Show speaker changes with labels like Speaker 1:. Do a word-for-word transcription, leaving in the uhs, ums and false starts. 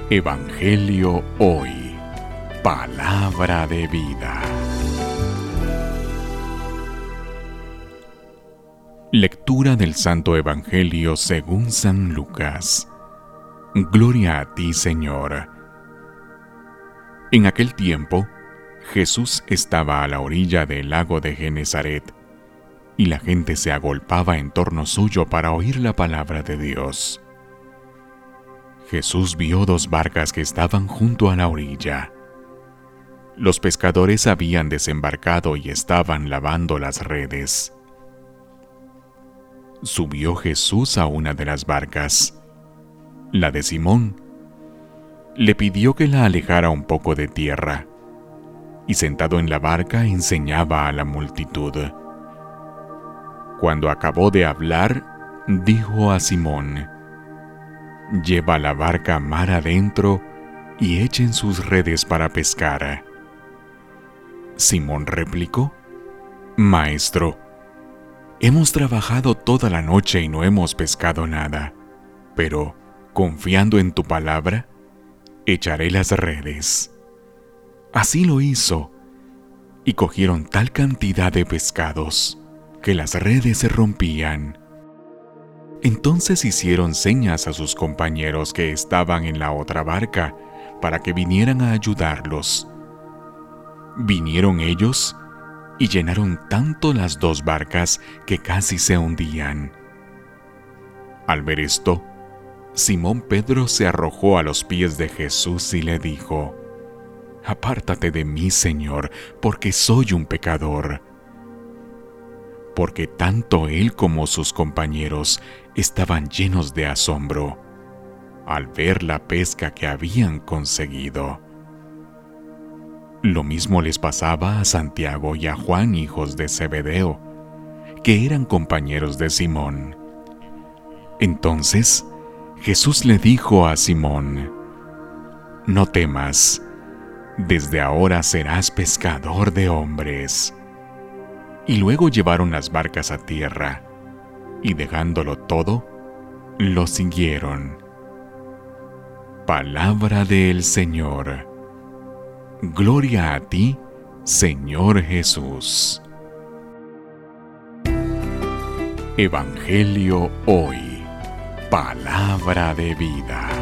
Speaker 1: Evangelio Hoy. Palabra de vida. Lectura del Santo Evangelio según San Lucas. Gloria a ti, Señor. En aquel tiempo, Jesús estaba a la orilla del lago de Genesaret, y la gente se agolpaba en torno suyo para oír la palabra de Dios. Jesús vio dos barcas que estaban junto a la orilla. Los pescadores habían desembarcado y estaban lavando las redes. Subió Jesús a una de las barcas, la de Simón. Le pidió que la alejara un poco de tierra, y sentado en la barca enseñaba a la multitud. Cuando acabó de hablar, dijo a Simón: «Lleva la barca mar adentro y echen sus redes para pescar». Simón replicó: «Maestro, hemos trabajado toda la noche y no hemos pescado nada, pero, confiando en tu palabra, echaré las redes». Así lo hizo, y cogieron tal cantidad de pescados que las redes se rompían. Entonces hicieron señas a sus compañeros que estaban en la otra barca para que vinieran a ayudarlos. Vinieron ellos y llenaron tanto las dos barcas que casi se hundían. Al ver esto, Simón Pedro se arrojó a los pies de Jesús y le dijo: «Apártate de mí, Señor, porque soy un pecador». Porque tanto él como sus compañeros estaban llenos de asombro al ver la pesca que habían conseguido. Lo mismo les pasaba a Santiago y a Juan, hijos de Zebedeo, que eran compañeros de Simón. Entonces Jesús le dijo a Simón: «No temas, desde ahora serás pescador de hombres». Y luego llevaron las barcas a tierra, y dejándolo todo, lo siguieron. Palabra del Señor. Gloria a ti, Señor Jesús. Evangelio Hoy. Palabra de vida.